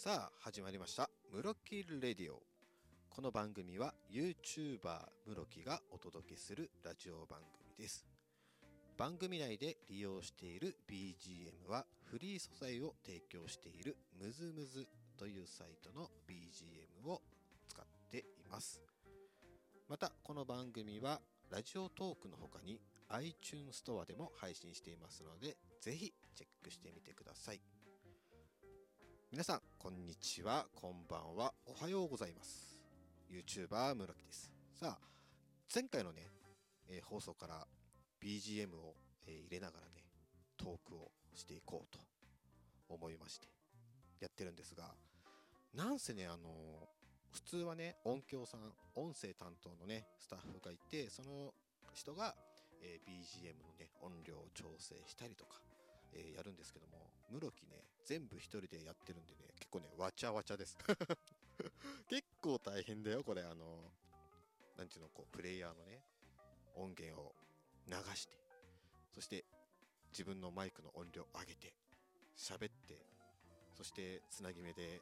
さあ始まりましたムロキレディオ。この番組は YouTuber ムロキがお届けするラジオ番組です。番組内で利用している BGM はフリー素材を提供しているムズムズというサイトの BGM を使っています。またこの番組はラジオトークの他に iTunes ストアでも配信していますので、ぜひチェックしてみてください。皆さんこんにちは、こんばんは、おはようございます。 YouTuber ムロキです。さあ前回のね、放送から BGM を、入れながらねトークをしていこうと思いましてやってるんですが、なんせね普通はね音響さん、音声担当のねスタッフがいて、その人が、BGM のね音量を調整したりとか、やるんですけども、ムロキね全部一人でやってるんでね、結構ねわちゃわちゃです結構大変だよこれ。なんていうの、こうプレイヤーのね音源を流して、そして自分のマイクの音量上げて喋って、そしてつなぎ目で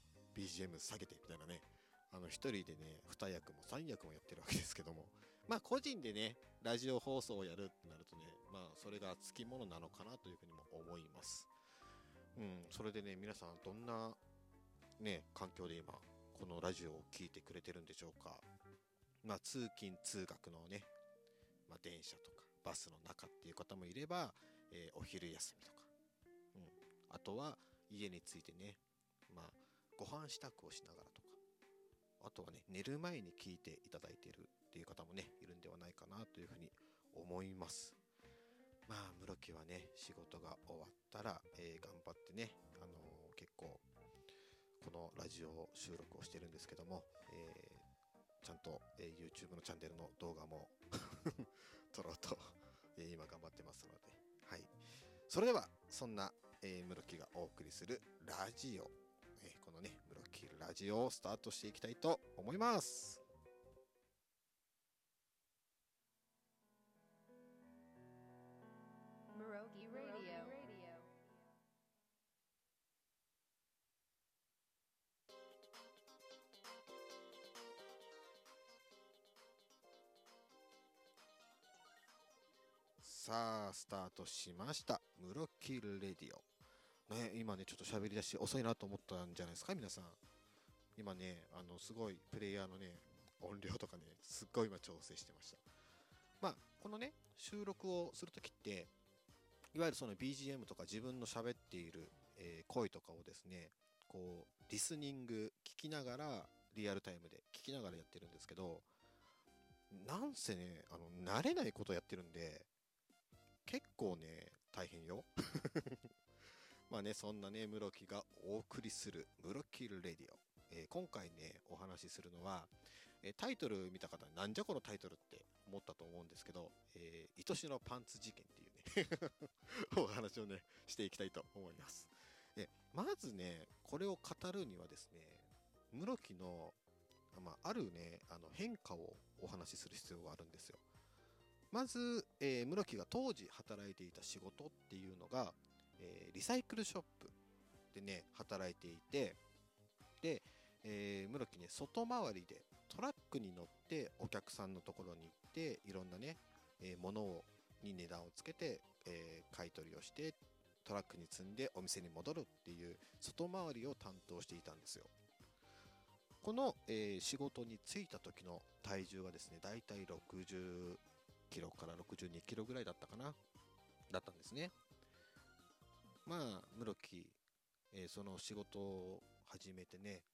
BGM 下げてみたいなね、一人でね二役も三役もやってるわけですけども、まあ個人でねラジオ放送をやるってなるとね、まあそれがつきものなのかなというふうにも思います。それでね、皆さんどんなね環境で今このラジオを聞いてくれてるんでしょうか。まあ通勤通学のね、まあ、電車とかバスの中っていう方もいれば、お昼休みとか、あとは家に着いてね、まあご飯支度をしながらとか、あとはね寝る前に聞いていただいているっていう方もねいるんではないかなというふうに思います。まあムロキはね仕事が終わったら、頑張ってね、結構このラジオ収録をしてるんですけども、ちゃんと、YouTube のチャンネルの動画も撮ろうと、今頑張ってますので、はい。それではそんな、ムロキがお送りするラジオ、このねムロキラジオをスタートしていきたいと思います。 Muroki Radio. さあスタートしました、ムロキレディオね。今ねちょっと喋り出し遅いなと思ったんじゃないですか皆さん。今ねすごいプレイヤーのね音量とかねすっごい今調整してました。まあこのね収録をするときって、いわゆるその BGM とか自分の喋っている、声とかをですね、こうリスニング聞きながら、リアルタイムで聞きながらやってるんですけど、なんせね慣れないことやってるんで結構ね大変よまあね、そんなね、ムロキがお送りするムロキルレディオ。今回ね、お話しするのは、タイトル見た方、なんじゃこのタイトルって思ったと思うんですけど、愛しのパンツ事件っていうねお話をね、していきたいと思います。まずね、これを語るにはですね、ムロキの、あるね、変化をお話しする必要があるんですよ。まず、ムロキが当時働いていた仕事っていうのが、リサイクルショップでね働いていて、で、室木ね外回りでトラックに乗ってお客さんのところに行って、いろんなね、物に値段をつけて、買い取りをしてトラックに積んでお店に戻るっていう外回りを担当していたんですよ。この、仕事に就いた時の体重がですね、だいたい60キロから62キロぐらいだったかな、だったんですね。まあ室木、その仕事を始めてね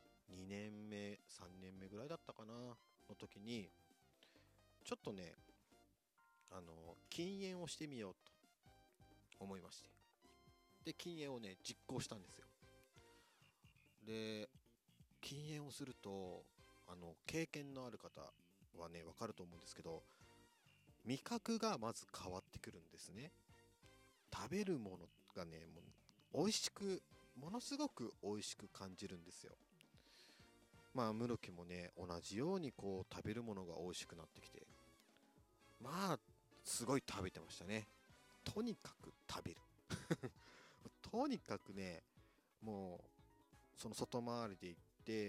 2年目3年目ぐらいだったかなの時に、ちょっとね禁煙をしてみようと思いまして、で禁煙をね実行したんですよ。で禁煙をすると経験のある方はね分かると思うんですけど、味覚がまず変わってくるんですね。食べるものがねもう美味しく、ものすごく美味しく感じるんですよ。まあ室木もね同じようにこう食べるものが美味しくなってきて、まあすごい食べてましたね。とにかく食べるとにかくね、もうその外回りで行って、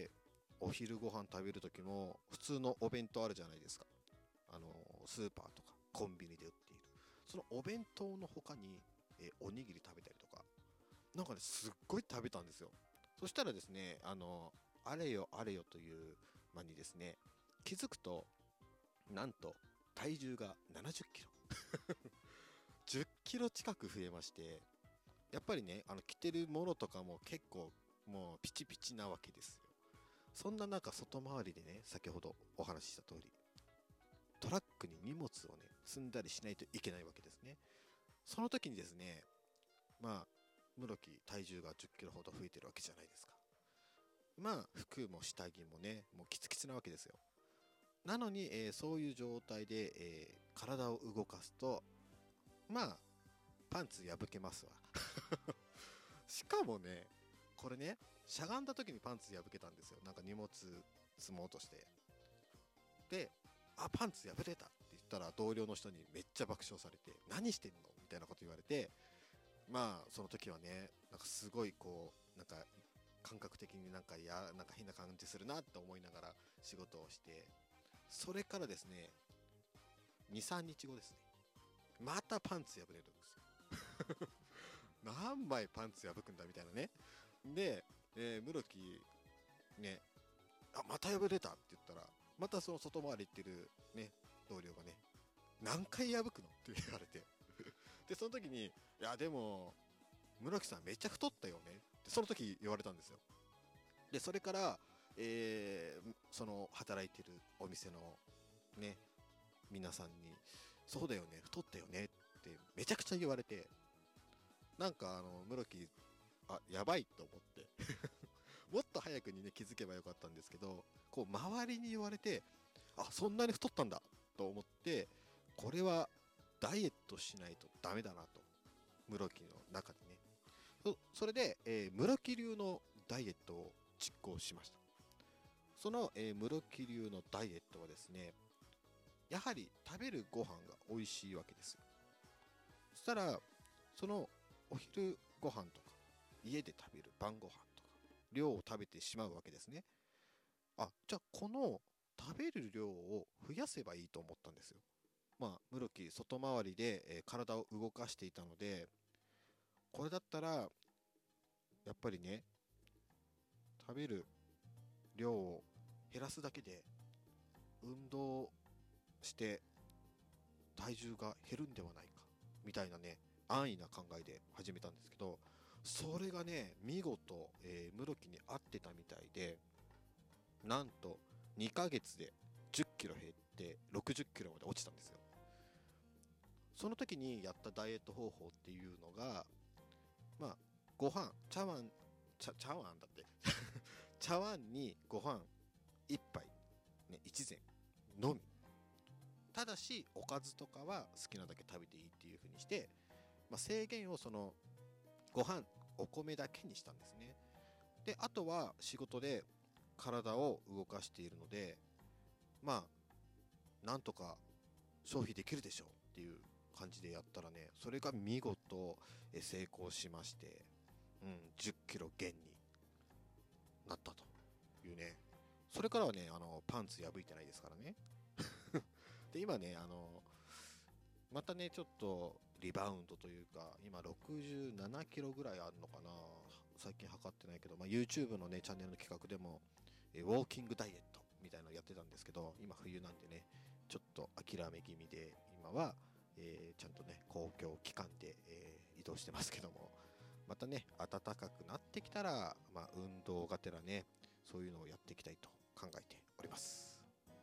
お昼ご飯食べる時も、普通のお弁当あるじゃないですか。スーパーとかコンビニで売っている。そのお弁当の他に、おにぎり食べたりとか、なんかね、すっごい食べたんですよ。そしたらですね、あれよあれよという間にですね、気づくと、なんと、体重が70キロ。10キロ近く増えまして、やっぱりね、着てるものとかも結構、もうピチピチなわけですよ。そんな中、外回りでね、先ほどお話しした通り、トラックに荷物をね、積んだりしないといけないわけですね。その時にですね、まあ、室木体重が10キロほど増えてるわけじゃないですか。まあ、服も下着もね、もうキツキツなわけですよ。なのに、そういう状態で、体を動かすと、まあ、パンツ破けますわ。しかもね、これね、しゃがんだ時にパンツ破けたんですよ。なんか荷物積もうとして。で、あ、パンツ破れたって言ったら同僚の人にめっちゃ爆笑されて、何してんのみたいなこと言われて、まあ、その時はね、なんかすごいこう、なんか感覚的になんか変な感じするなって思いながら仕事をして、それからですね、2、3日後ですね、またパンツ破れるんですよ。何枚パンツ破くんだみたいなね。で、室木ね、あ、また破れたって言ったら、またその外回り行ってるね、同僚がね、何回破くのって言われて。で、その時に、いや、でも、室木さんめっちゃ太ったよねってその時言われたんですよ。で、それから、その働いてるお店のね、皆さんに、そうだよね、太ったよねってめちゃくちゃ言われて、なんか室木、あ、やばいと思って。もっと早くにね、気づけばよかったんですけど、こう、周りに言われて、あ、そんなに太ったんだと思って、これはダイエットしないとダメだなと、室木の中でね。それで、室木流のダイエットを実行しました。その、室木流のダイエットはですね、やはり食べるご飯が美味しいわけですよ。そしたら、そのお昼ご飯とか、家で食べる晩ご飯とか、量を食べてしまうわけですね。あ、じゃあこの食べる量を増やせばいいと思ったんですよ。まあ、室木外回りで、体を動かしていたので、これだったら、やっぱりね、食べる量を減らすだけで、運動して体重が減るんではないか、みたいなね、安易な考えで始めたんですけど、それがね、見事、室木に合ってたみたいで、なんと2ヶ月で10キロ減って60キロまで落ちたんですよ。その時にやったダイエット方法っていうのが、まあ、ご飯、茶碗だって。茶碗にご飯1杯、ね、1膳のみ。ただし、おかずとかは好きなだけ食べていいっていう風にして、まあ、制限をその、ご飯、お米だけにしたんですね。で、あとは仕事で体を動かしているので、まあ、なんとか消費できるでしょうっていう感じでやったらね、それが見事成功しまして、うん、10キロ減になったというね。それからはね、パンツ破いてないですからね。で、今ね、またね、ちょっとリバウンドというか、今67キロぐらいあるのかな。最近測ってないけど、まあ、YouTube のね、チャンネルの企画でも、ウォーキングダイエットみたいなのやってたんですけど、今冬なんでね、ちょっと諦め気味で、今は、ちゃんとね、公共機関で、移動してますけども、またね、暖かくなってきたら、まあ、運動がてらね、そういうのをやっていきたいと考えております。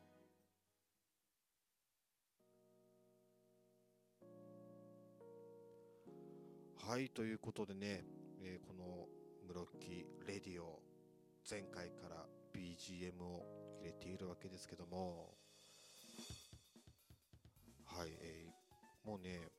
はい、ということでね、この室木レディオ、前回から BGM を入れているわけですけども、はい、もうね、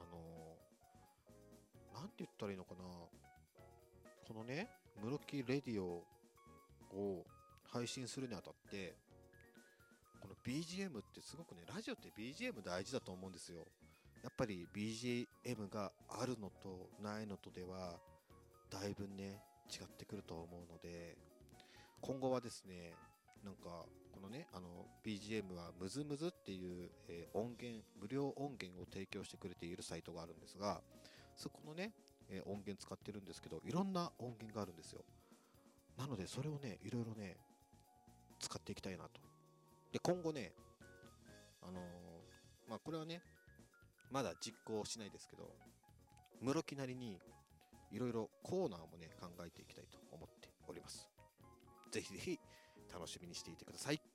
なんて言ったらいいのかな、このね、室木レディオを配信するにあたって、この BGM ってすごくね、ラジオって BGM 大事だと思うんですよ。やっぱり BGM があるのとないのとでは、だいぶね、 違ってくると思うので、今後はですね、なんかこのね、BGM はムズムズっていう、音源、無料音源を提供してくれているサイトがあるんですが、そこのね、音源使ってるんですけど、いろんな音源があるんですよ。なのでそれをね、いろいろね、使っていきたいなと。で、今後ね、これはね、まだ実行しないですけど、室木なりにいろいろコーナーもね、考えていきたいと思っております。ぜひぜひ楽しみにしていてください。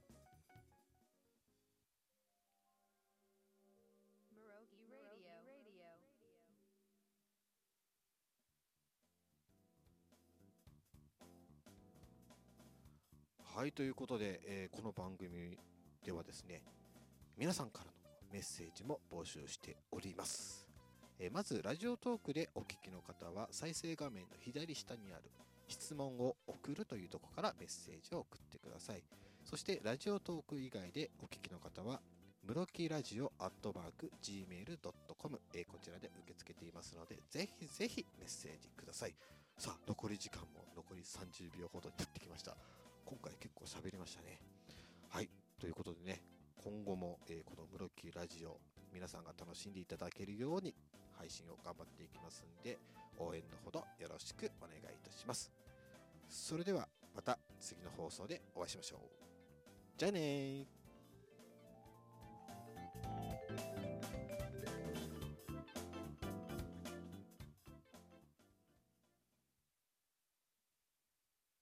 はい、ということで、この番組ではですね、皆さんからのメッセージも募集しております。まず、ラジオトークでお聞きの方は、再生画面の左下にある質問を送るというところからメッセージを送ってください。そして、ラジオトーク以外でお聞きの方は、ムロキラジオ@gmail.com、こちらで受け付けていますので、ぜひぜひメッセージください。さあ、残り時間も残り30秒ほどになってきました。今回結構喋りましたね。はい、ということでね、今後も、このムロキラジオ、皆さんが楽しんでいただけるように配信を頑張っていきますんで、応援のほどよろしくお願いいたします。それではまた次の放送でお会いしましょう。じゃあねー。